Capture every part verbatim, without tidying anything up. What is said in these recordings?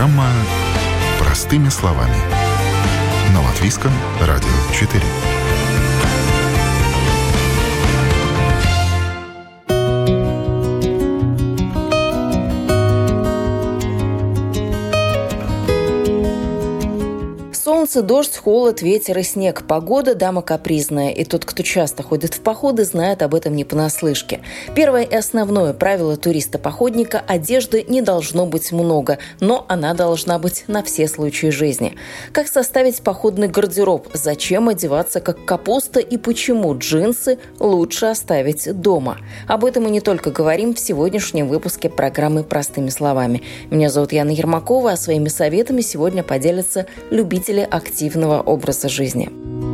Программа «Простыми словами» на Латвийском радио четыре. Солнце, дождь, холод, ветер и снег. Погода – дама капризная, и тот, кто часто ходит в походы, знает об этом не понаслышке. Первое и основное правило туриста-походника – одежды не должно быть много, но она должна быть на все случаи жизни. Как составить походный гардероб? Зачем одеваться как капуста и почему джинсы лучше оставить дома? Об этом мы не только говорим в сегодняшнем выпуске программы «Простыми словами». Меня зовут Яна Ермакова, а своими советами сегодня поделятся любители активного образа жизни.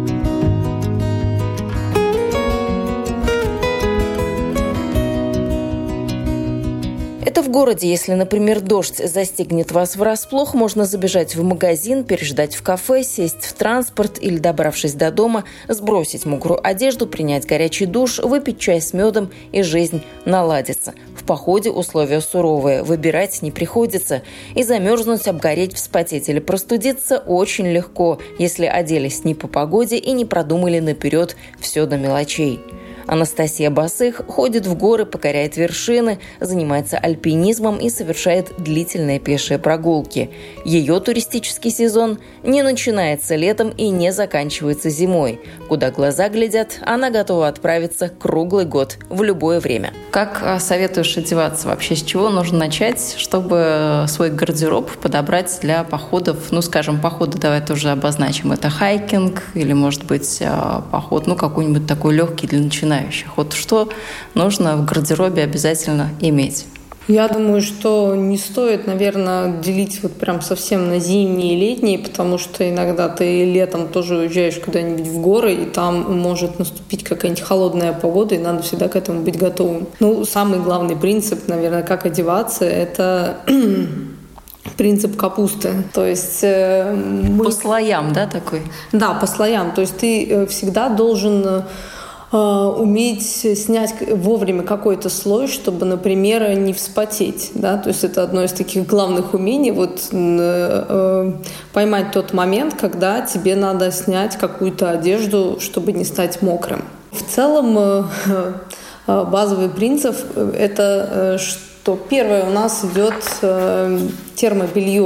Это в городе, если, например, дождь застигнет вас врасплох, можно забежать в магазин, переждать в кафе, сесть в транспорт или, добравшись до дома, сбросить мокрую одежду, принять горячий душ, выпить чай с медом, и жизнь наладится. В походе условия суровые, выбирать не приходится. И замерзнуть, обгореть, вспотеть или простудиться очень легко, если оделись не по погоде и не продумали наперед все до мелочей. Анастасия Басых ходит в горы, покоряет вершины, занимается альпинизмом и совершает длительные пешие прогулки. Ее туристический сезон не начинается летом и не заканчивается зимой. Куда глаза глядят, она готова отправиться круглый год, в любое время. Как советуешь одеваться вообще? С чего нужно начать, чтобы свой гардероб подобрать для походов? Ну, скажем, походы давай тоже обозначим. Это хайкинг или, может быть, поход, ну, какой-нибудь такой легкий для начинающих. Вот что нужно в гардеробе обязательно иметь? Я думаю, что не стоит, наверное, делить вот прям совсем на зимние и летние, потому что иногда ты летом тоже уезжаешь куда-нибудь в горы, и там может наступить какая-нибудь холодная погода, и надо всегда к этому быть готовым. Ну, самый главный принцип, наверное, как одеваться, это принцип капусты. То есть мы... По слоям, да, такой? Да, по слоям. То есть ты всегда должен уметь снять вовремя какой-то слой, чтобы, например, не вспотеть. Да? То есть это одно из таких главных умений, вот, э, поймать тот момент, когда тебе надо снять какую-то одежду, чтобы не стать мокрым. В целом э, базовый принцип – это что первое у нас идет э, термобелье.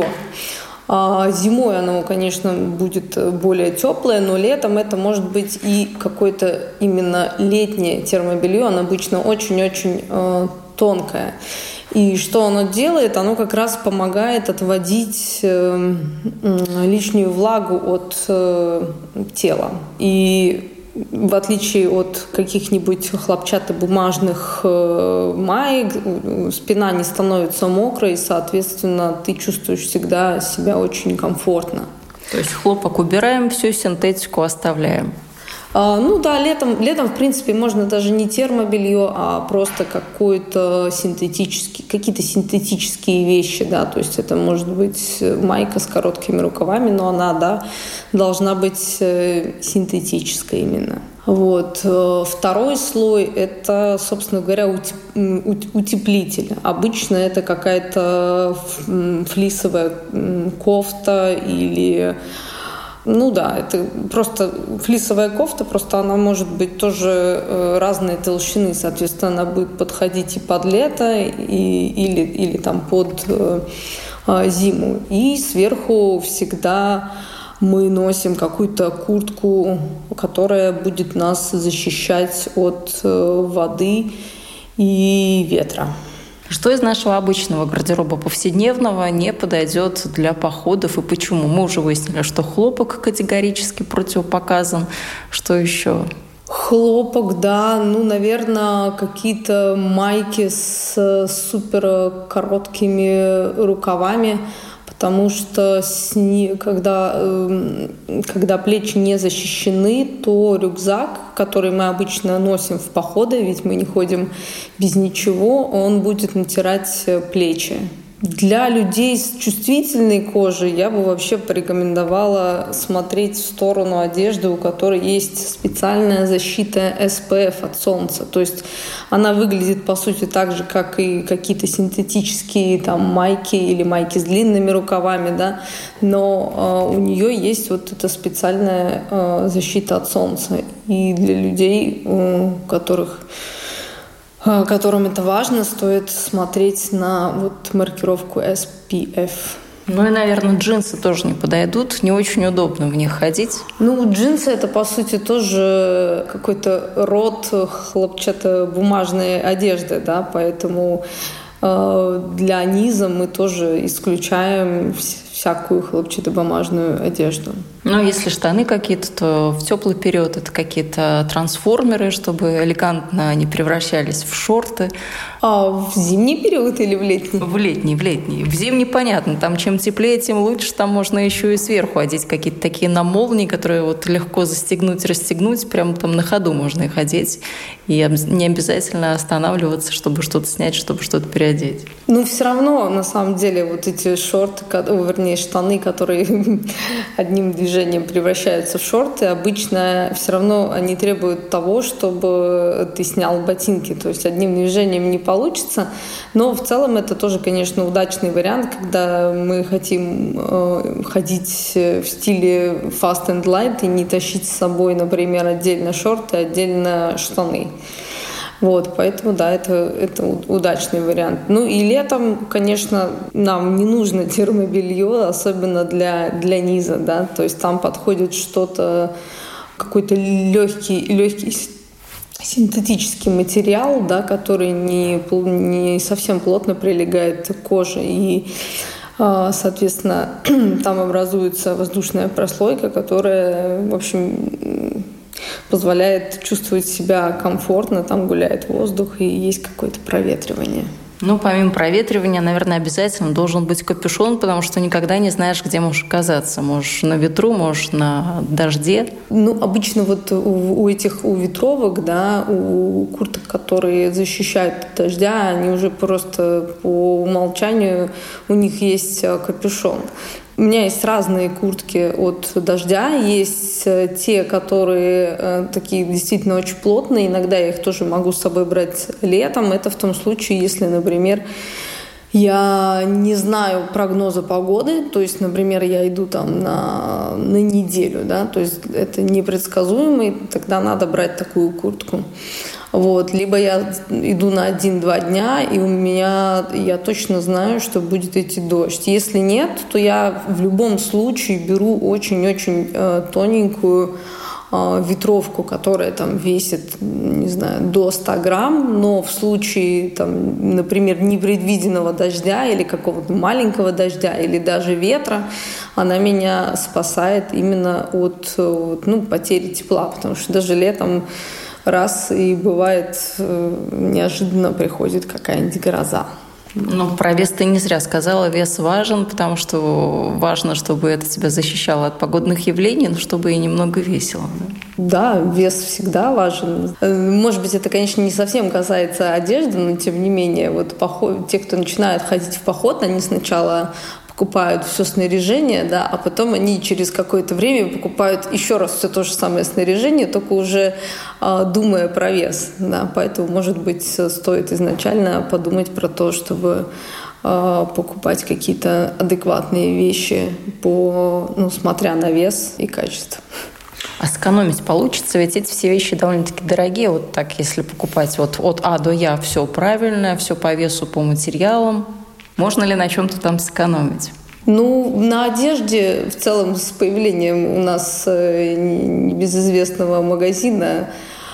Зимой оно, конечно, будет более теплое, но летом это может быть и какое-то именно летнее термобелье. Оно обычно очень-очень э, тонкое. И что оно делает? Оно как раз помогает отводить э, лишнюю влагу от э, тела. И в отличие от каких-нибудь хлопчатобумажных э, маек, спина не становится мокрой, и, соответственно, ты чувствуешь всегда себя очень комфортно. То есть хлопок убираем, всю синтетику оставляем. А, ну да, летом, летом, в принципе, можно даже не термобелье, а просто какой-то синтетический, какие-то синтетические вещи, да, то есть это может быть майка с короткими рукавами, но она, да, должна быть синтетическая именно. Вот. Второй слой – это, собственно говоря, утеплитель. Обычно это какая-то флисовая кофта или… Ну да, это просто флисовая кофта, просто она может быть тоже разной толщины, соответственно, она будет подходить и под лето, и, или, или там под э, зиму. И сверху всегда мы носим какую-то куртку, которая будет нас защищать от э, воды и ветра. Что из нашего обычного гардероба повседневного не подойдет для походов и почему? Мы уже выяснили, что хлопок категорически противопоказан. Что еще? Хлопок, да. Ну, наверное, какие-то майки с супер короткими рукавами, потому что когда, когда плечи не защищены, то рюкзак, который мы обычно носим в походы, ведь мы не ходим без ничего, он будет натирать плечи. Для людей с чувствительной кожей я бы вообще порекомендовала смотреть в сторону одежды, у которой есть специальная защита эс пэ эф от солнца. То есть она выглядит, по сути, так же, как и какие-то синтетические там, майки или майки с длинными рукавами, да? Но э, у нее есть вот эта специальная э, защита от солнца. И для людей, у которых которым это важно, стоит смотреть на вот маркировку эс пи эф. Ну и, наверное, джинсы тоже не подойдут. Не очень удобно в них ходить. Ну, джинсы — это, по сути, тоже какой-то род хлопчатобумажной одежды, да, поэтому э, для низа мы тоже исключаем всякую хлопчатобумажную одежду. Но если штаны какие-то, то в теплый период это какие-то трансформеры, чтобы элегантно они превращались в шорты. А в зимний период или в летний? В летний, в летний. В зимний понятно. Там чем теплее, тем лучше. Там можно еще и сверху одеть какие-то такие на молнии, которые вот легко застегнуть, расстегнуть. Прямо там на ходу можно их одеть. И не обязательно останавливаться, чтобы что-то снять, чтобы что-то переодеть. Ну, все равно, на самом деле, вот эти шорты, вернее, штаны, которые одним движением превращаются в шорты, обычно все равно они требуют того, чтобы ты снял ботинки. То есть одним движением не получится. Но в целом это тоже, конечно, удачный вариант, когда мы хотим э, ходить в стиле fast and light и не тащить с собой, например, отдельно шорты, отдельно штаны. Вот, поэтому, да, это, это удачный вариант. Ну и летом, конечно, нам не нужно термобелье, особенно для, для низа, да, то есть там подходит что-то, какой-то легкий, легкий синтетический материал, да, который не, не совсем плотно прилегает к коже, и, соответственно, там образуется воздушная прослойка, которая, в общем, позволяет чувствовать себя комфортно, там гуляет воздух и есть какое-то проветривание. Ну, помимо проветривания, наверное, обязательно должен быть капюшон, потому что никогда не знаешь, где можешь оказаться. Можешь на ветру, можешь на дожде. Ну, обычно вот у, у этих, у ветровок, да, у курток, которые защищают от дождя, они уже просто по умолчанию, у них есть капюшон. У меня есть разные куртки от дождя. Есть те, которые э, такие действительно очень плотные. Иногда я их тоже могу с собой брать летом. Это в том случае, если, например, я не знаю прогноза погоды. То есть, например, я иду там на, на неделю, да, то есть это непредсказуемо, и тогда надо брать такую куртку. Вот. Либо я иду на один-два дня, и у меня, я точно знаю, что будет идти дождь. Если нет, то я в любом случае беру очень-очень э, тоненькую э, ветровку, которая там весит, не знаю, до ста грамм, но в случае, там, например, непредвиденного дождя или какого-то маленького дождя, или даже ветра, она меня спасает именно от, от ну, потери тепла, потому что даже летом раз и бывает, неожиданно приходит какая-нибудь гроза. Ну, про вес ты не зря сказала. Вес важен, потому что важно, чтобы это тебя защищало от погодных явлений, но чтобы и немного весило. Да, да, вес всегда важен. Может быть, это, конечно, не совсем касается одежды, но тем не менее, вот поход, те, кто начинают ходить в поход, они сначала покупают все снаряжение, да, а потом они через какое-то время покупают еще раз все то же самое снаряжение, только уже э, думая про вес. Да. Поэтому, может быть, стоит изначально подумать про то, чтобы э, покупать какие-то адекватные вещи, по, ну, смотря на вес и качество. А сэкономить получится? Ведь эти все вещи довольно-таки дорогие. Вот так, если покупать вот от А до Я все правильно, все по весу, по материалам. Можно ли на чем-то там сэкономить? Ну, на одежде в целом с появлением у нас небезызвестного магазина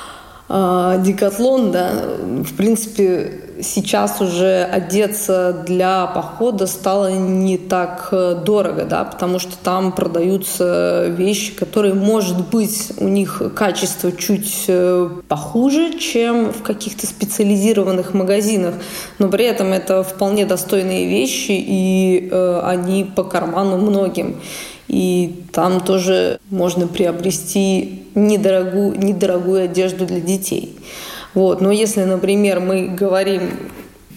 Decathlon, да, в принципе, сейчас уже одеться для похода стало не так дорого, да, потому что там продаются вещи, которые, может быть, у них качество чуть похуже, чем в каких-то специализированных магазинах, но при этом это вполне достойные вещи, и э, они по карману многим. И там тоже можно приобрести недорогую, недорогую одежду для детей. Вот. Но если, например, мы говорим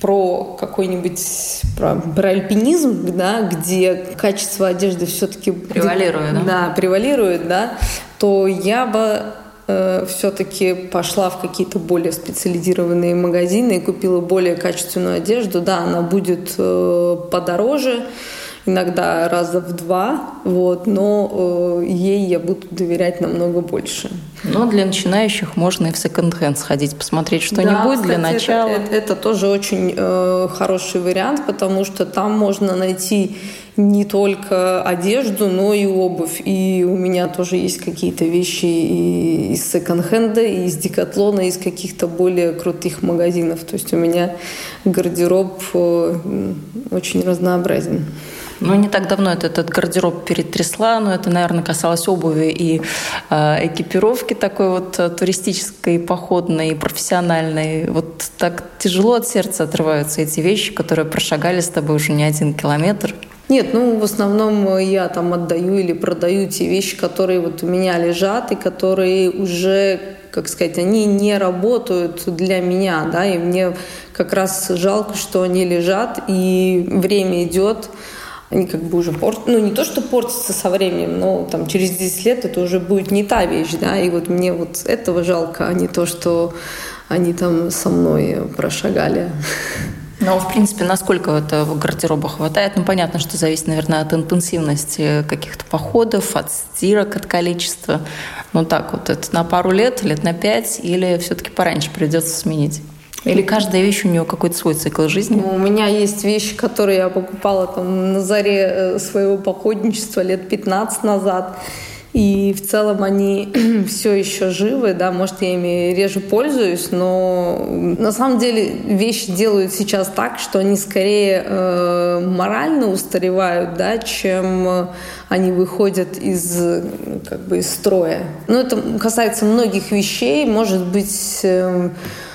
про какой-нибудь про, про альпинизм, да, где качество одежды все-таки превалирует, да? Да, превалирует, да, то я бы э, все-таки пошла в какие-то более специализированные магазины и купила более качественную одежду. Да, она будет э, подороже, иногда раза в два, вот, но э, ей я буду доверять намного больше. Но для начинающих можно и в секонд-хенд сходить, посмотреть что-нибудь, да, для начала. Это, это, это тоже очень э, хороший вариант, потому что там можно найти не только одежду, но и обувь. И у меня тоже есть какие-то вещи и из секонд-хенда, и из Декатлона, и из каких-то более крутых магазинов. То есть у меня гардероб э, очень разнообразен. Ну, не так давно это, этот гардероб перетрясла, но это, наверное, касалось обуви и э, экипировки такой вот э, туристической, походной, профессиональной. Вот так тяжело от сердца отрываются эти вещи, которые прошагали с тобой уже не один километр. Нет, ну, в основном я там отдаю или продаю те вещи, которые вот у меня лежат и которые уже, как сказать, они не работают для меня, да, и мне как раз жалко, что они лежат, и время идет, они как бы уже портятся, ну не то, что портятся со временем, но там через десять лет это уже будет не та вещь, да, и вот мне вот этого жалко, а не то, что они там со мной прошагали. Ну, в принципе, насколько этого гардероба хватает? Ну, понятно, что зависит, наверное, от интенсивности каких-то походов, от стирок, от количества. Ну, так вот, это на пару лет, лет на пять, или все-таки пораньше придется сменить? Или каждая вещь у нее какой-то свой цикл жизни? Ну, у меня есть вещи, которые я покупала там на заре своего походничества лет пятнадцать назад. И в целом они все еще живы, да, может, я ими реже пользуюсь, но на самом деле вещи делают сейчас так, что они скорее э, морально устаревают, да, чем они выходят из, как бы, из строя. Но это касается многих вещей, может быть... Э,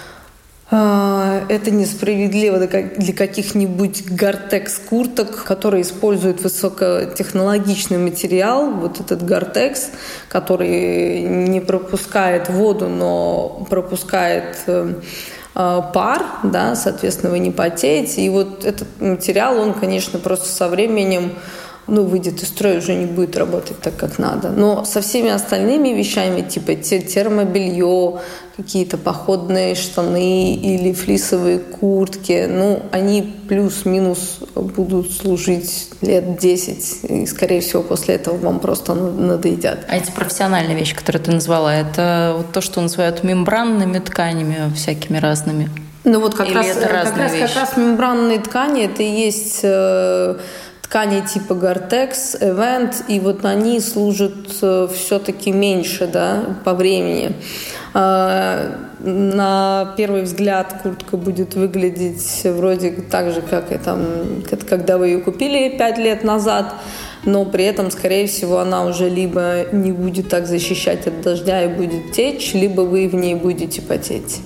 Это несправедливо для каких-нибудь Гортекс курток, которые используют высокотехнологичный материал, вот этот Гортекс, который не пропускает воду, но пропускает пар, да, соответственно, вы не потеете. И вот этот материал, он, конечно, просто со временем ну, выйдет из строя, уже не будет работать так, как надо. Но со всеми остальными вещами, типа термобелье, какие-то походные штаны или флисовые куртки, ну, они плюс-минус будут служить лет десять, и, скорее всего, после этого вам просто надоедят. А эти профессиональные вещи, которые ты назвала, это вот то, что называют мембранными тканями всякими разными? Ну, вот как Или раз, это как раз, как раз мембранные ткани, это и есть... Э, ткани типа Гортекс, Эвент, и вот они служат все-таки меньше, да, по времени. На первый взгляд куртка будет выглядеть вроде так же, как и там, когда вы ее купили пять лет назад, но при этом, скорее всего, она уже либо не будет так защищать от дождя и будет течь, либо вы в ней будете потеть.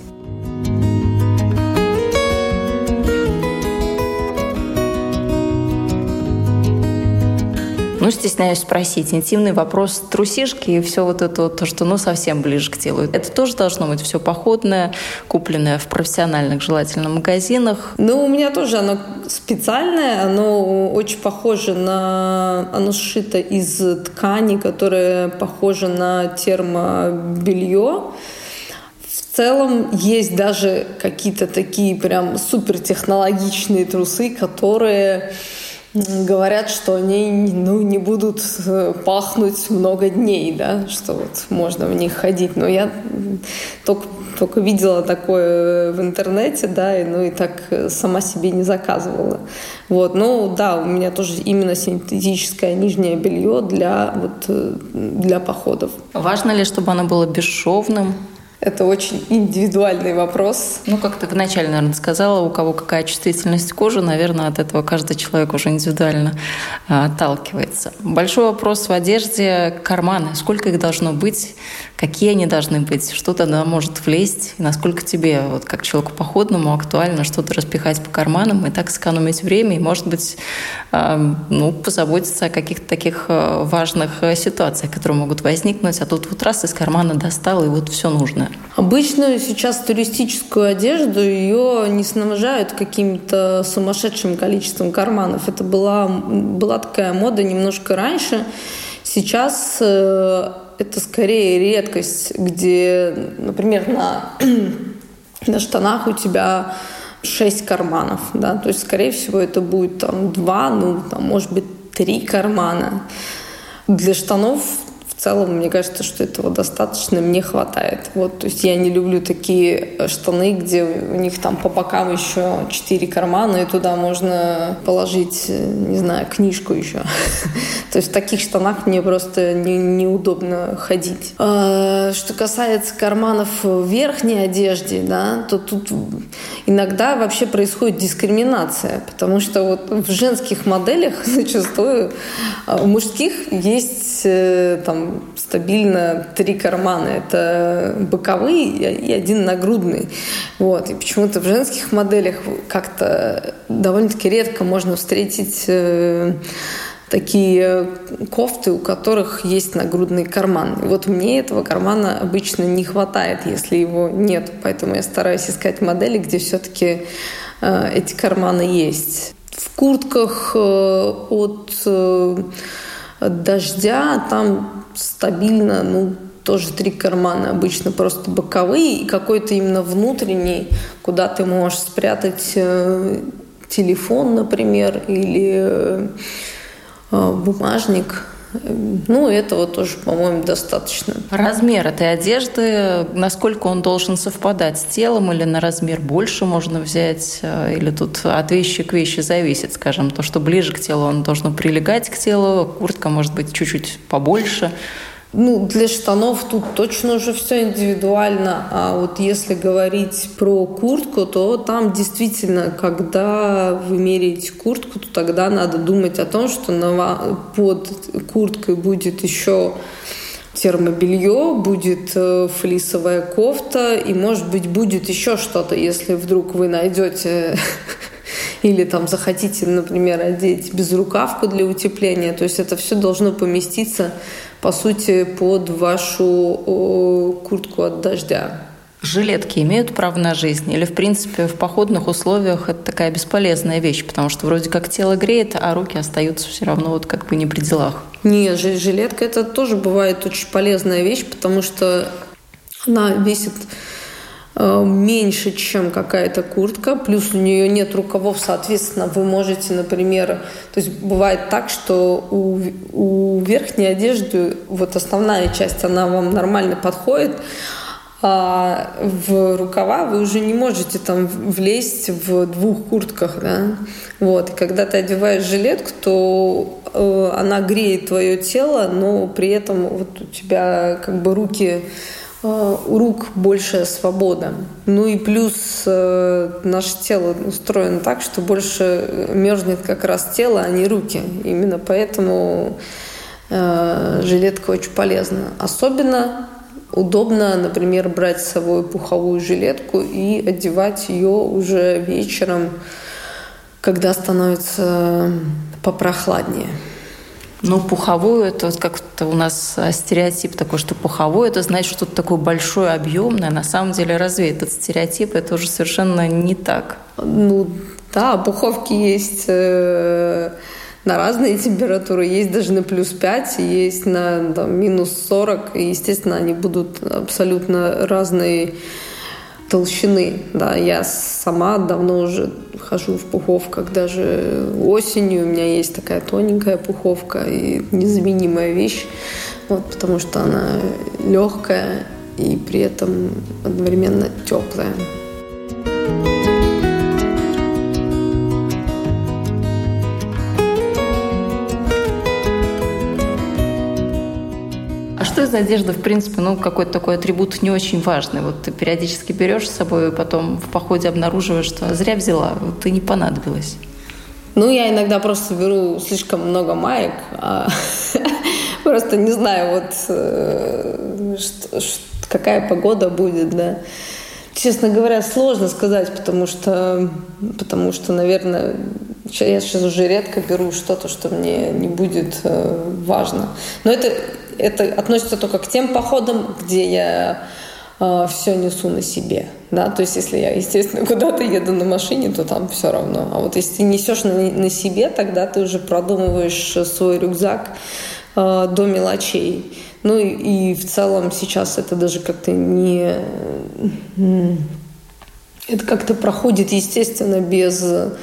Ну, стесняюсь спросить. Интимный вопрос трусишки и все вот это вот, то, что ну, совсем ближе к телу. Это тоже должно быть все походное, купленное в профессиональных, желательно, магазинах? Ну, у меня тоже оно специальное. Оно очень похоже на... Оно сшито из ткани, которая похожа на термобелье. В целом есть даже какие-то такие прям супертехнологичные трусы, которые... говорят, что они ну, не будут пахнуть много дней, да, что вот можно в них ходить. Но я только, только видела такое в интернете, да, и, ну и так сама себе не заказывала. Вот, ну да, у меня тоже именно синтетическое нижнее белье для, вот, для походов. Важно ли, чтобы оно было бесшовным? Это очень индивидуальный вопрос. Ну, как ты вначале, наверное, сказала, у кого какая чувствительность кожи, наверное, от этого каждый человек уже индивидуально а, отталкивается. Большой вопрос в одежде – карманы. Сколько их должно быть? какие они должны быть, что туда может влезть, и насколько тебе, вот как человеку походному, актуально что-то распихать по карманам и так сэкономить время, и, может быть, ну, позаботиться о каких-то таких важных ситуациях, которые могут возникнуть, а тут вот раз из кармана достал, и вот все нужно. Обычно сейчас туристическую одежду ее не снабжают каким-то сумасшедшим количеством карманов. Это была, была такая мода немножко раньше. Сейчас э, это скорее редкость, где, например, на, на штанах у тебя шесть карманов. Да? То есть, скорее всего, это будет там, два, ну, там, может быть, три кармана. Для штанов в целом, мне кажется, что этого достаточно, мне хватает. Вот, то есть я не люблю такие штаны, где у них там по бокам еще четыре кармана, и туда можно положить, не знаю, книжку еще. То есть в таких штанах мне просто не, неудобно ходить. А, что касается карманов в верхней одежде, да, то тут иногда вообще происходит дискриминация, потому что вот в женских моделях зачастую у мужских есть там стабильно три кармана. Это боковые и один нагрудный. Вот. И почему-то в женских моделях как-то довольно-таки редко можно встретить э, такие кофты, у которых есть нагрудный карман. И вот мне этого кармана обычно не хватает, если его нет. Поэтому я стараюсь искать модели, где все-таки э, эти карманы есть. В куртках э, от, э, от дождя там стабильно, ну, тоже три кармана, обычно просто боковые, и какой-то именно внутренний, куда ты можешь спрятать э, телефон, например, или э, бумажник. Ну, этого тоже, по-моему, достаточно. Размер этой одежды, насколько он должен совпадать с телом, или на размер больше можно взять, или тут от вещи к вещи зависит, скажем, то, что ближе к телу, он должен прилегать к телу, куртка может быть чуть-чуть побольше. Ну, для штанов тут точно уже все индивидуально, а вот если говорить про куртку, то там действительно, когда вы меряете куртку, то тогда надо думать о том, что на, под курткой будет еще термобелье, будет флисовая кофта, и, может быть, будет еще что-то, если вдруг вы найдете или там захотите, например, одеть безрукавку для утепления. То есть это все должно поместиться, по сути, под вашу о, куртку от дождя. Жилетки имеют право на жизнь? Или, в принципе, в походных условиях это такая бесполезная вещь, потому что вроде как тело греет, а руки остаются все равно вот как бы не при делах? Нет, жилетка это тоже бывает очень полезная вещь, потому что она весит меньше, чем какая-то куртка, плюс у нее нет рукавов, соответственно, вы можете, например, то есть бывает так, что у, у верхней одежды вот основная часть, она вам нормально подходит, а в рукава вы уже не можете там влезть в двух куртках, да, вот, и когда ты одеваешь жилетку, то э, она греет твое тело, но при этом вот у тебя как бы руки у рук большая свобода. Ну и плюс э, наше тело устроено так, что больше мерзнет как раз тело, а не руки. Именно поэтому э, жилетка очень полезна. Особенно удобно, например, брать с собой пуховую жилетку и одевать ее уже вечером, когда становится попрохладнее. Ну, пуховую, это вот как-то у нас стереотип такой, что пуховую, это значит что-то такое большое, объемное. На самом деле, разве этот стереотип, это уже совершенно не так? Ну, да, пуховки есть э, на разные температуры. Есть даже на плюс пять, есть на там, минус сорок. И, естественно, они будут абсолютно разные толщины. Да, я сама давно уже хожу в пуховках, даже осенью у меня есть такая тоненькая пуховка и незаменимая вещь, вот, потому что она легкая и при этом одновременно теплая. Что из одежды, в принципе, ну, какой-то такой атрибут не очень важный. Вот ты периодически берешь с собой, и потом в походе обнаруживаешь, что зря взяла, вот ты не понадобилась. Ну, я иногда просто беру слишком много маек, а Просто не знаю, вот что, что, какая погода будет, да. Честно говоря, сложно сказать, потому что, потому что, наверное, я сейчас уже редко беру что-то, что мне не будет важно. Но это, это относится только к тем походам, где я э, все несу на себе. Да? То есть, если я, естественно, куда-то еду на машине, то там все равно. А вот если ты несешь на, на себе, тогда ты уже продумываешь свой рюкзак э, до мелочей. Ну и, и в целом сейчас это даже как-то не... Это как-то проходит, естественно, без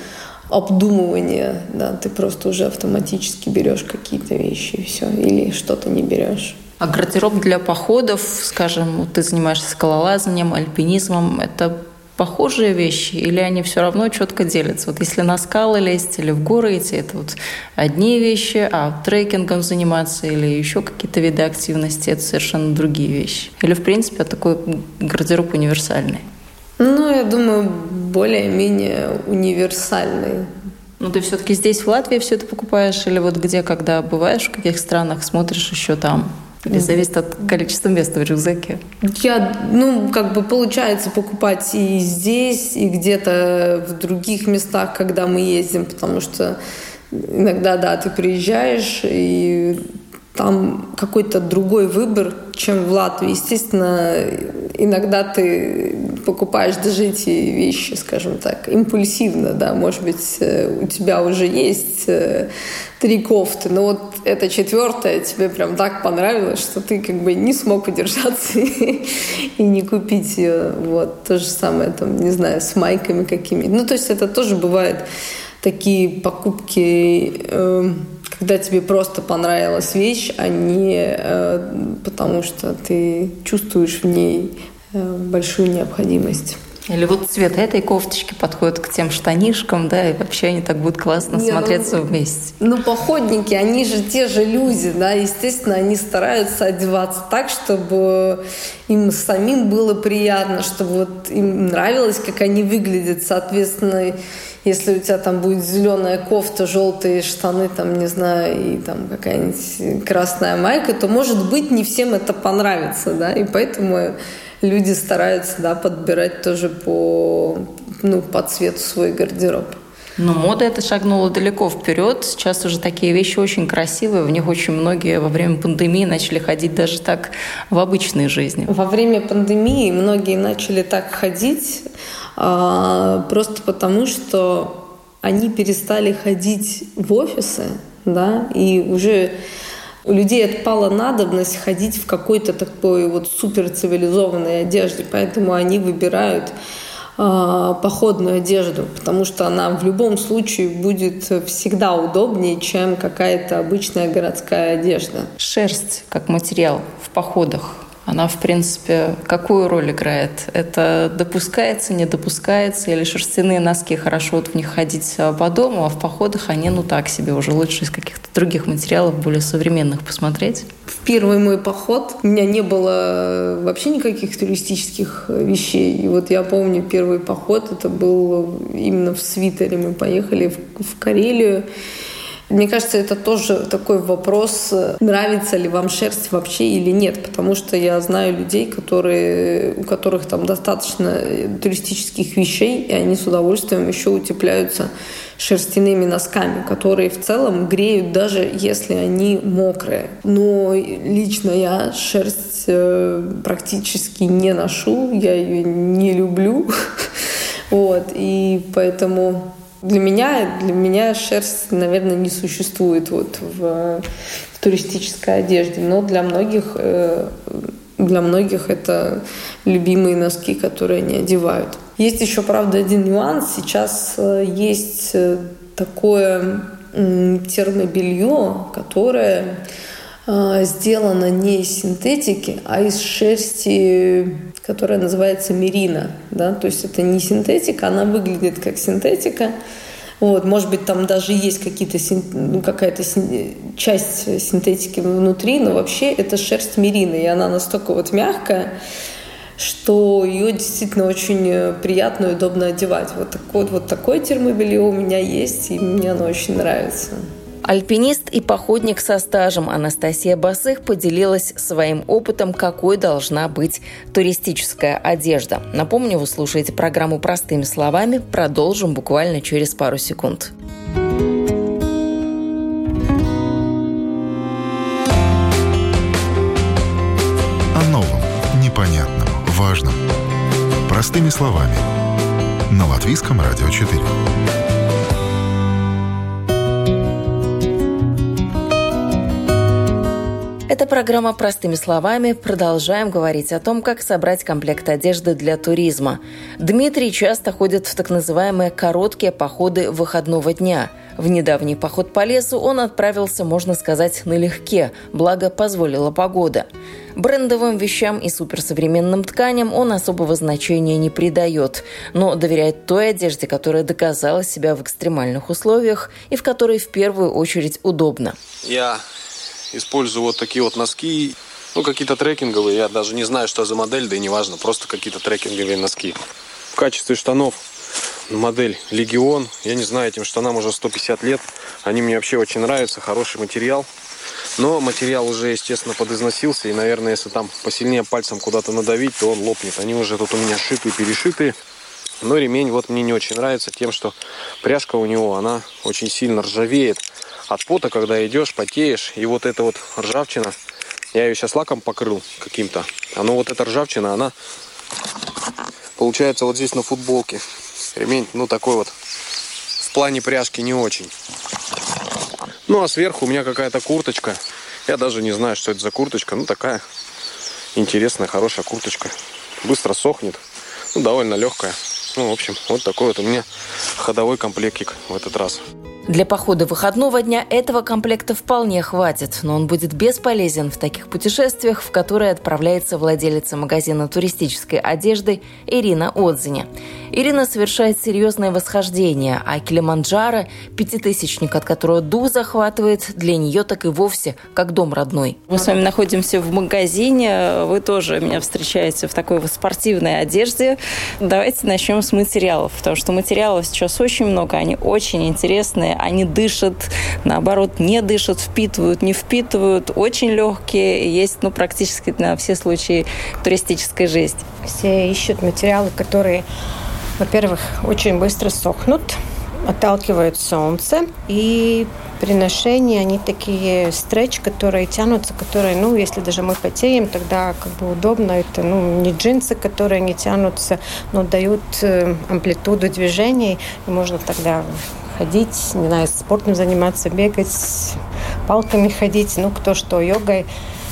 обдумывания. Да? Ты просто уже автоматически берешь какие-то вещи и все. Или что-то не берешь. А гардероб для походов, скажем, вот ты занимаешься скалолазанием, альпинизмом, это похожие вещи или они все равно четко делятся? Вот если на скалы лезть или в горы идти, это вот одни вещи, а трекингом заниматься или еще какие-то виды активности, это совершенно другие вещи. Или, в принципе, такой гардероб универсальный? Ну, я думаю, более-менее универсальный. Ну, ты все-таки здесь, в Латвии, все это покупаешь? Или вот где, когда бываешь, в каких странах, смотришь еще там? Или зависит от количества места в рюкзаке? Я, ну, как бы получается покупать и здесь, и где-то в других местах, когда мы ездим, потому что иногда, да, ты приезжаешь, и там какой-то другой выбор, чем в Латвии. Естественно, иногда ты покупаешь даже эти вещи, скажем так, импульсивно, да, может быть, у тебя уже есть три кофты, но вот эта четвертая тебе прям так понравилась, что ты как бы не смог удержаться и, и не купить ее. Вот, то же самое, там, не знаю, с майками какими-то. Ну, то есть это тоже бывает такие покупки, э, когда тебе просто понравилась вещь, а не э, потому что ты чувствуешь в ней э, большую необходимость. Или вот цвет этой кофточки подходит к тем штанишкам, да, и вообще они так будут классно не, смотреться ну, вместе. Ну, походники, они же те же люди, да, естественно, они стараются одеваться так, чтобы им самим было приятно, чтобы вот им нравилось, как они выглядят, соответственно, если у тебя там будет зеленая кофта, желтые штаны, там, не знаю, и там какая-нибудь красная майка, то, может быть, не всем это понравится, да, и поэтому люди стараются, да, подбирать тоже по, ну, по цвету свой гардероб. Но мода это шагнула далеко вперед. Сейчас уже такие вещи очень красивые. В них очень многие во время пандемии начали ходить даже так в обычной жизни. Во время пандемии многие начали так ходить а, просто потому, что они перестали ходить в офисы, да, и уже у людей отпала надобность ходить в какой-то такой вот суперцивилизованной одежде, поэтому они выбирают э, походную одежду, потому что она в любом случае будет всегда удобнее, чем какая-то обычная городская одежда. Шерсть как материал в походах, она, в принципе, какую роль играет? Это допускается, не допускается? Или шерстяные носки хорошо вот в них ходить по дому, а в походах они, ну так себе, уже лучше из каких-то других материалов, более современных посмотреть? В первый мой поход у меня не было вообще никаких туристических вещей. И вот я помню, первый поход, это был именно в свитере. Мы поехали в, в Карелию. Мне кажется, это тоже такой вопрос, нравится ли вам шерсть вообще или нет, потому что я знаю людей, которые, у которых там достаточно туристических вещей, и они с удовольствием еще утепляются шерстяными носками, которые в целом греют, даже если они мокрые. Но лично я шерсть практически не ношу, я ее не люблю, вот, и поэтому... Для меня, для меня шерсть, наверное, не существует вот в, в туристической одежде, но для многих, для многих это любимые носки, которые они одевают. Есть еще, правда, один нюанс. Сейчас есть такое термобелье, которое сделано не из синтетики, а из шерсти, которая называется мерино. Да? То есть это не синтетика, она выглядит как синтетика. Вот, может быть, там даже есть какие-то, ну, какая-то часть синтетики внутри, но вообще это шерсть мерино, и она настолько вот мягкая, что ее действительно очень приятно и удобно одевать. Вот такое, вот такое термобелье у меня есть, и мне оно очень нравится. Альпинист и походник со стажем Анастасия Басых поделилась своим опытом, какой должна быть туристическая одежда. Напомню, вы слушаете программу «Простыми словами». Продолжим буквально через пару секунд. О новом, непонятном, важном. Простыми словами. На Латвийском радио четыре. Это программа «Простыми словами». Продолжаем говорить о том, как собрать комплект одежды для туризма. Дмитрий часто ходит в так называемые короткие походы выходного дня. В недавний поход по лесу он отправился, можно сказать, налегке, благо позволила погода. Брендовым вещам и суперсовременным тканям он особого значения не придает, но доверяет той одежде, которая доказала себя в экстремальных условиях и в которой в первую очередь удобно. Я использую вот такие вот носки, ну какие-то трекинговые, я даже не знаю, что за модель, да и неважно, просто какие-то трекинговые носки. В качестве штанов модель Легион, я не знаю, этим штанам уже сто пятьдесят лет, они мне вообще очень нравятся, хороший материал. Но материал уже, естественно, подизносился, и, наверное, если там посильнее пальцем куда-то надавить, то он лопнет. Они уже тут у меня шитые, перешитые. Но ремень вот мне не очень нравится тем, что пряжка у него, она очень сильно ржавеет. От пота, когда идешь, потеешь, и вот эта вот ржавчина, я ее сейчас лаком покрыл каким-то, а ну вот эта ржавчина, она получается вот здесь на футболке. Ремень, ну такой вот, в плане пряжки не очень. Ну а сверху у меня какая-то курточка, я даже не знаю, что это за курточка, ну такая интересная, хорошая курточка, быстро сохнет, ну довольно легкая. Ну в общем, вот такой вот у меня ходовой комплектик в этот раз. Для похода выходного дня этого комплекта вполне хватит, но он будет бесполезен в таких путешествиях, в которые отправляется владелица магазина туристической одежды Ирина Отзиня. Ирина совершает серьезное восхождение, а Килиманджаро, пятитысячник, от которого дух захватывает, для нее так и вовсе как дом родной. Мы с вами находимся в магазине, вы тоже меня встречаете в такой вот спортивной одежде. Давайте начнем с материалов, потому что материалов сейчас очень много, они очень интересные, они дышат, наоборот, не дышат, впитывают, не впитывают, очень легкие, есть ну, практически на все случаи туристической жизни. Все ищут материалы, которые, во-первых, очень быстро сохнут, отталкивают солнце, и при ношении они такие стретч, которые тянутся, которые, ну, если даже мы потеем, тогда как бы удобно. Это, ну, не джинсы, которые не тянутся, но дают амплитуду движений, и можно тогда ходить, не знаю, спортом заниматься, бегать, палками ходить, ну, кто что, йогой.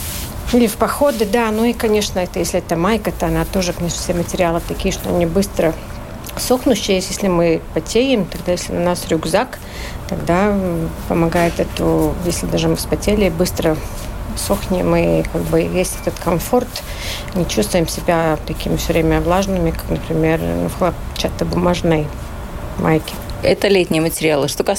Или в походы, да. Ну и, конечно, это, если это майка, то она тоже, конечно, все материалы такие, что они быстро сохнущие. Если мы потеем, тогда если у нас рюкзак, тогда помогает это, если даже мы вспотели, быстро сохнем, и как бы есть этот комфорт, не чувствуем себя такими все время влажными, как, например, в хлопчатобумажной майке. Это летние материалы. Что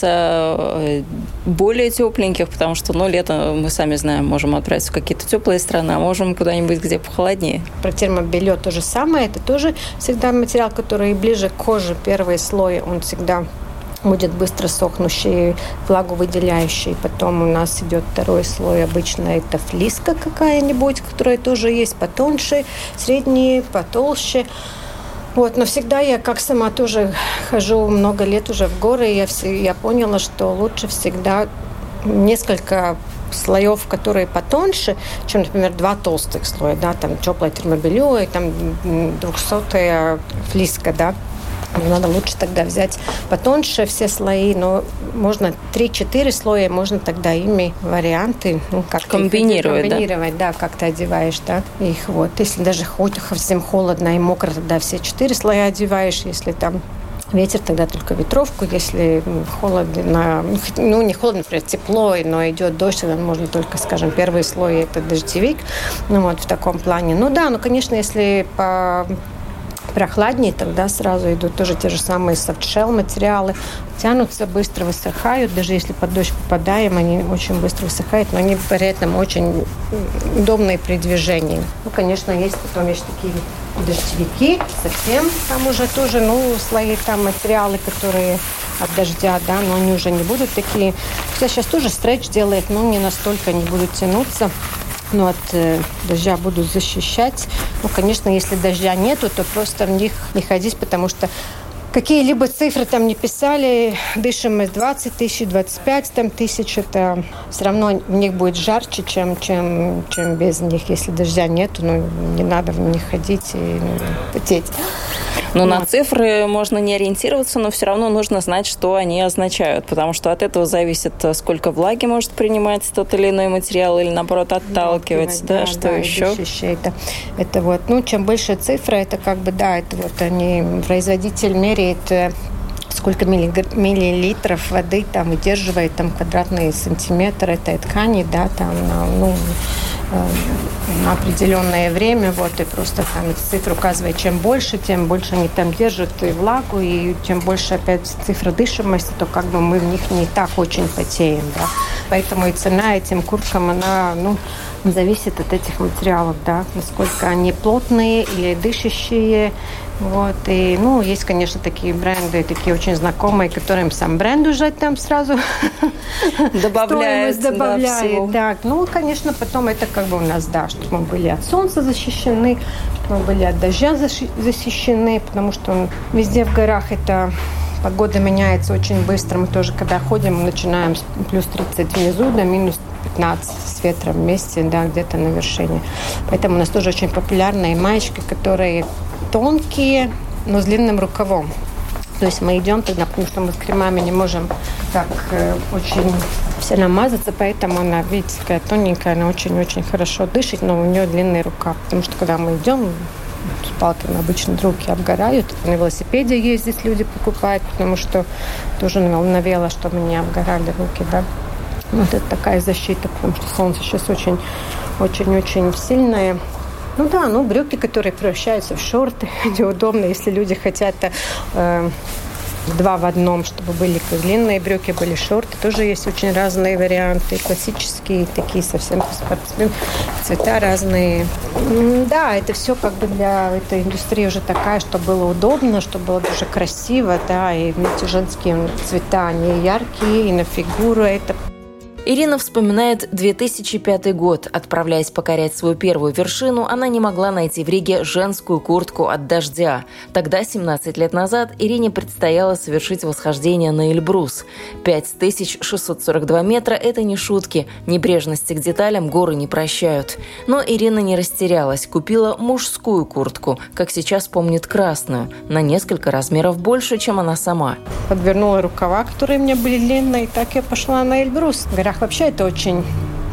касается более тепленьких, потому что, ну, лето, мы сами знаем, можем отправиться в какие-то теплые страны, а можем куда-нибудь, где похолоднее. Про термобелье то же самое. Это тоже всегда материал, который ближе к коже. Первый слой, он всегда будет быстро сохнущий, влаговыделяющий. Потом у нас идет второй слой. Обычно это флиска какая-нибудь, которая тоже есть потоньше, средние, потолще. Вот, но всегда я, как сама тоже хожу много лет уже в горы, я, все, я поняла, что лучше всегда несколько слоев, которые потоньше, чем, например, два толстых слоя, да, там теплое термобелье и там двухсотая флиска, да. Надо лучше тогда взять потоньше все слои, но можно три-четыре слоя, можно тогда ими варианты, ну, как-то комбинировать, комбинировать, да? да, как ты одеваешь, да, их вот. Если даже хоть совсем холодно и мокро, тогда все четыре слоя одеваешь, если там ветер, тогда только ветровку, если холодно, ну, не холодно, например, тепло, но идет дождь, тогда можно только, скажем, первый слой – это дождевик, ну, вот в таком плане. Ну, да, ну, конечно, если по прохладнее, тогда сразу идут тоже те же самые софтшелл материалы. Тянутся, быстро высыхают. Даже если под дождь попадаем, они очень быстро высыхают, но они при этом очень удобные при движении. Ну, конечно, есть потом есть такие дождевики, совсем там уже тоже, ну, слои там материалы, которые от дождя, да, но они уже не будут такие. Хотя сейчас тоже стретч делает, но не настолько не будут тянуться. Но от э, дождя будут защищать. Ну, конечно, если дождя нету, то просто в них не ходить, потому что какие-либо цифры там не писали, дышим мы двадцать тысяч, двадцать пять там, тысяч, это все равно в них будет жарче, чем, чем, чем без них. Если дождя нету, ну, не надо в них ходить и ну, потеть. Но вот. На цифры можно не ориентироваться, но все равно нужно знать, что они означают, потому что от этого зависит, сколько влаги может принимать тот или иной материал, или, наоборот, отталкивать, да, да, что да, еще. Это, это вот, ну, чем больше цифра, это как бы, да, это вот они, производитель меряет, сколько миллилитров воды там выдерживает там квадратные сантиметры этой ткани, да, там, ну, на определенное время, вот, и просто там цифра указывает, чем больше, тем больше они там держат и влагу, и чем больше опять цифра дышимости, то как бы мы в них не так очень потеем, да. Поэтому и цена этим курткам, она, ну, зависит от этих материалов, да, насколько они плотные или дышащие. Вот, и, ну, есть, конечно, такие бренды, такие очень знакомые, которым сам бренд уже там сразу добавляет, добавляет, да, ну, конечно, потом это как бы у нас, да, чтобы мы были от солнца защищены, чтобы мы были от дождя защищены, потому что везде в горах это погода меняется очень быстро. Мы тоже, когда ходим, мы начинаем с плюс тридцать внизу до минус пятнадцать с ветром вместе, да, где-то на вершине. Поэтому у нас тоже очень популярные маечки, которые тонкие, но с длинным рукавом. То есть мы идем тогда, потому что мы с кремами не можем так э, очень сильно мазаться, поэтому она, видите, такая тоненькая, она очень-очень хорошо дышит, но у нее длинный рукав. Потому что когда мы идем, с палками обычно руки обгорают. На велосипеде ездить люди покупают, потому что тоже на вело, чтобы не обгорали руки, да. Вот это такая защита, потому что солнце сейчас очень-очень-очень сильное. Ну да, ну брюки, которые превращаются в шорты, неудобно, если люди хотят э, два в одном, чтобы были длинные брюки, были шорты. Тоже есть очень разные варианты, классические, такие совсем спортсменные, цвета разные. Да, это все как бы для этой индустрии уже такая, что было удобно, что было даже красиво, да, и эти женские цвета, они яркие, и на фигуру это. Ирина вспоминает две тысячи пятый год. Отправляясь покорять свою первую вершину, она не могла найти в Риге женскую куртку от дождя. Тогда, семнадцать лет назад, Ирине предстояло совершить восхождение на Эльбрус. пять тысяч шестьсот сорок два метра – это не шутки. Небрежности к деталям горы не прощают. Но Ирина не растерялась. Купила мужскую куртку, как сейчас помнит, красную, на несколько размеров больше, чем она сама. Подвернула рукава, которые у меня были длинные, и так я пошла на Эльбрус. В горах вообще это очень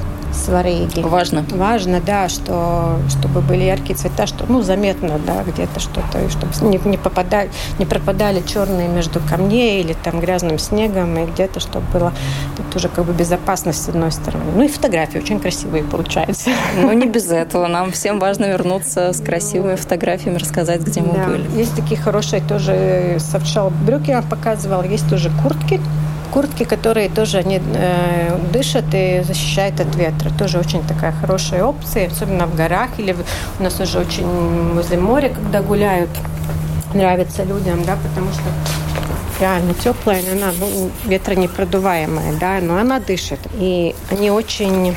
свариги. Важно. Важно, да, что, чтобы были яркие цвета, что, ну, заметно, да, где-то что-то, и чтобы не, не, попадали, не пропадали черные между камней или там грязным снегом, и где-то, чтобы было тут уже как бы безопасность с одной стороны. Ну и фотографии очень красивые получаются. Ну, не без этого. Нам всем важно вернуться с красивыми фотографиями, рассказать, где мы да. были. Есть такие хорошие тоже софтшелл брюки, я показывала, есть тоже куртки. Куртки, которые тоже они, э, дышат и защищают от ветра. Тоже очень такая хорошая опция, особенно в горах. Или в, у нас уже очень возле моря, когда гуляют, нравится людям, да, потому что реально теплая, она ну, ветронепродуваемая, да, но она дышит. И они очень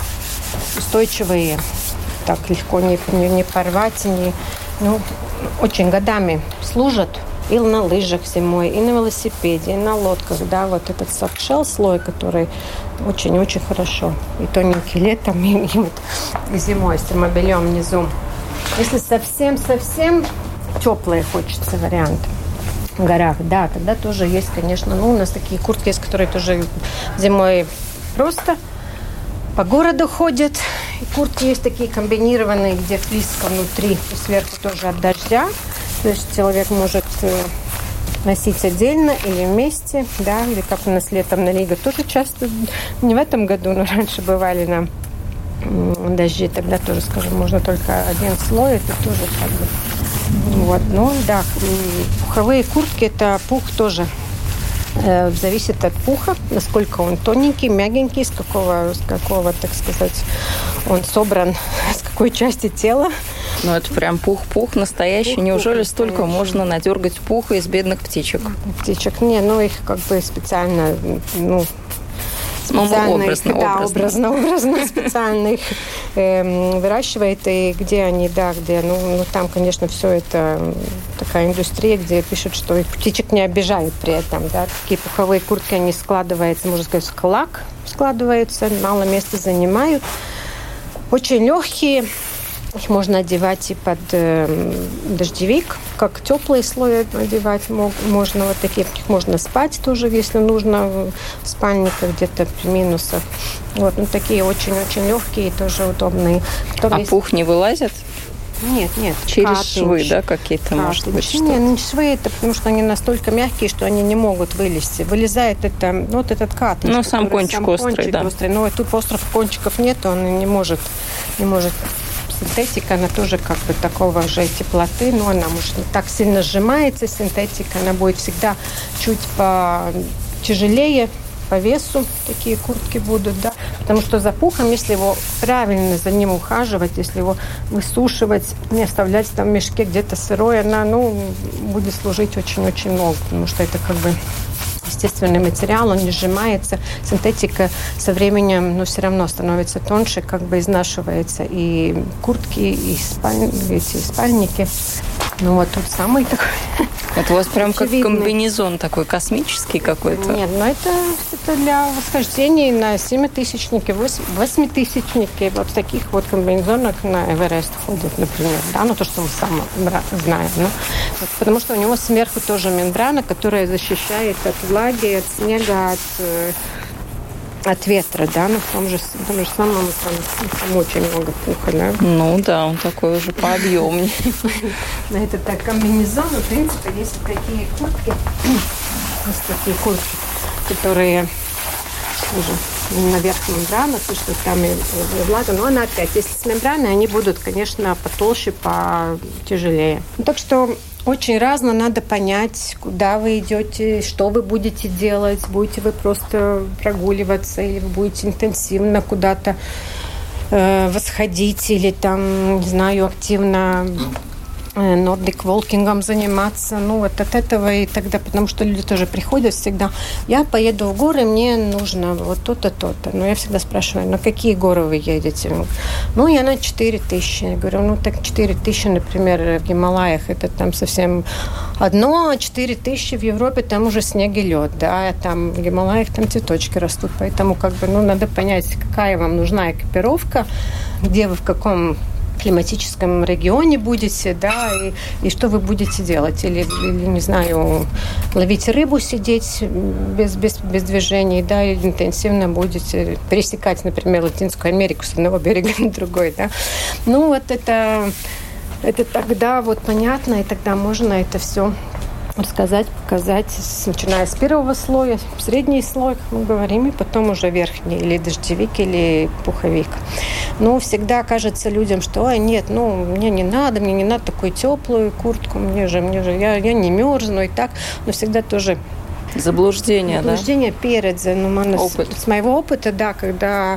устойчивые, так легко не, не, не порвать, не, ну, очень годами служат. И на лыжах зимой, и на велосипеде, и на лодках, да, вот этот софтшелл слой, который очень-очень хорошо. И тоненький летом, и, и вот зимой с термобельем внизу. Если совсем-совсем теплые хочется вариант в горах, да, тогда тоже есть, конечно, ну, у нас такие куртки есть, которые тоже зимой просто по городу ходят. И куртки есть такие комбинированные, где флиска внутри, и сверху тоже от дождя. То есть человек может носить отдельно или вместе, да, или как у нас летом на Риге тоже часто, не в этом году, но раньше бывали на дожди, тогда тоже, скажем, можно только один слой, это тоже как бы Вот. Ну да, пуховые куртки, это пух тоже э, зависит от пуха, насколько он тоненький, мягенький, с какого, с какого, так сказать, он собран, с какой части тела. Ну, это прям пух-пух настоящий. Пух, Неужели пух, столько настоящий. Можно надергать пуха из бедных птичек? Птичек? Не, ну их как бы специально, ну, специально, ну, образно, их, да, образно. образно, образно специально их э, выращивает, и где они, да, где, ну, ну, там, конечно, все это такая индустрия, где пишут, что их птичек не обижают при этом, да, такие пуховые куртки, они складываются, можно сказать, в клак складываются, мало места занимают, очень легкие. Их можно одевать и под э, дождевик, как теплый слой одевать можно. Вот такие, их можно спать тоже, если нужно, в спальниках где-то при минусах. Вот, ну, такие очень-очень легкие, тоже удобные. Потом а есть... пух не вылазит? Нет, нет. Через катынч. Швы, да, какие-то, катынч. Может быть, что-то? Нет, не швы, это потому что они настолько мягкие, что они не могут вылезти. Вылезает это, ну, вот этот катынч. Ну, сам кончик сам острый, кончик да. острый. Но тут остров кончиков нет, он не может, не может... Синтетика, она тоже как бы такого же теплоты, но она, может, не так сильно сжимается. Синтетика, она будет всегда чуть потяжелее по весу. Такие куртки будут, да. Потому что за пухом, если его правильно за ним ухаживать, если его высушивать, не оставлять там в мешке где-то сырое, она, ну, будет служить очень-очень много, потому что это как бы естественный материал, он не сжимается. Синтетика со временем, ну, все равно становится тоньше, как бы изнашивается. И куртки, и спаль... эти спальники. Ну, вот тут самый такой... Это у вас прям как комбинезон такой космический какой-то? Нет, ну это, это для восхождений на семитысячники, восьмитысячники. Вот в таких вот комбинезонах на Эверест ходят, например. Да, ну то, что мы сами знаем. Ну, вот, потому что у него сверху тоже мембрана, которая защищает от влаги, от снега, от... от ветра, да, но в том же, в том же самом там, там очень много пуха, да. Ну да, он такой уже пообъемнее. Это так, комбинезон, в принципе, есть такие куртки, есть такие куртки, которые уже наверх мембрана, то, что там и влага, но она опять, если с мембраной, они будут, конечно, потолще, потяжелее. Так что очень разно, надо понять, куда вы идете, что вы будете делать. Будете вы просто прогуливаться, или вы будете интенсивно куда-то э, восходить, или там, не знаю, активно нордик волкингом заниматься. Ну, вот от этого и тогда, потому что люди тоже приходят всегда. Я поеду в горы, мне нужно вот то-то, то-то. Но я всегда спрашиваю, на какие горы вы едете? Ну, я на четыре тысячи. Я говорю, ну, так четыре тысячи, например, в Гималаях, это там совсем одно, а четыре тысячи в Европе, там уже снег и лед, да, а там в Гималаях там цветочки растут. Поэтому, как бы, ну, надо понять, какая вам нужна экипировка, где вы, в каком климатическом регионе будете, да, и, и что вы будете делать. Или, или, не знаю, ловить рыбу, сидеть без, без, без движений, да, или интенсивно будете пересекать, например, Латинскую Америку с одного берега на другой, да. Ну, вот это, это тогда вот понятно, и тогда можно это все рассказать, показать, начиная с первого слоя, средний слой, как мы говорим, и потом уже верхний, или дождевик, или пуховик. Но всегда кажется людям, что ой, нет, ну, мне не надо, мне не надо такую теплую куртку, мне же, мне же, я, я не мерзну и так, но всегда тоже заблуждение, заблуждение да? перед, ну, Опыт. С, с моего опыта, да, когда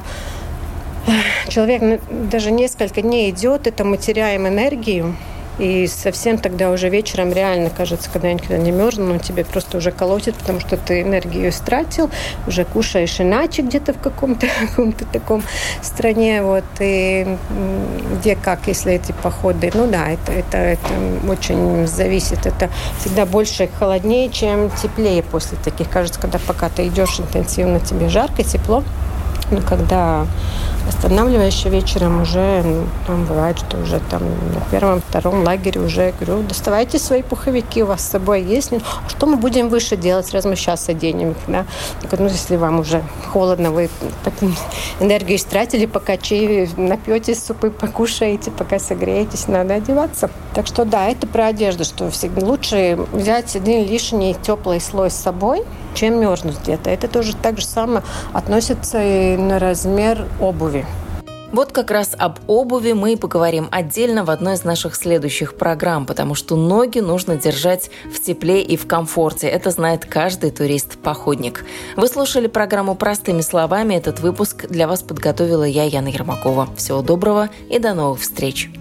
человек даже несколько дней идет, это мы теряем энергию. И совсем тогда уже вечером реально кажется, когда я никогда не мерзну, он тебе просто уже колотит, потому что ты энергию истратил, уже кушаешь иначе где-то в каком-то, каком-то таком стране. Вот, и где как, если эти походы. Ну да, это, это, это очень зависит. Это всегда больше холоднее, чем теплее после таких. Кажется, когда пока ты идешь интенсивно, тебе жарко, тепло. Но когда останавливаешься вечером, уже ну, там бывает, что уже там на первом, втором лагере уже говорю, доставайте свои пуховики, у вас с собой есть. Что мы будем выше делать, раз мы сейчас оденем их, да? Так, ну, если вам уже холодно, вы энергию истратили, пока чай напьете, супы покушаете, пока согреетесь, надо одеваться. Так что да, это про одежду, что всегда лучше взять один лишний теплый слой с собой, чем мерзнуть где-то. Это тоже так же самое относится и на размер обуви. Вот как раз об обуви мы и поговорим отдельно в одной из наших следующих программ, потому что ноги нужно держать в тепле и в комфорте. Это знает каждый турист-походник. Вы слушали программу «Простыми словами». Этот выпуск для вас подготовила я, Яна Ермакова. Всего доброго и до новых встреч.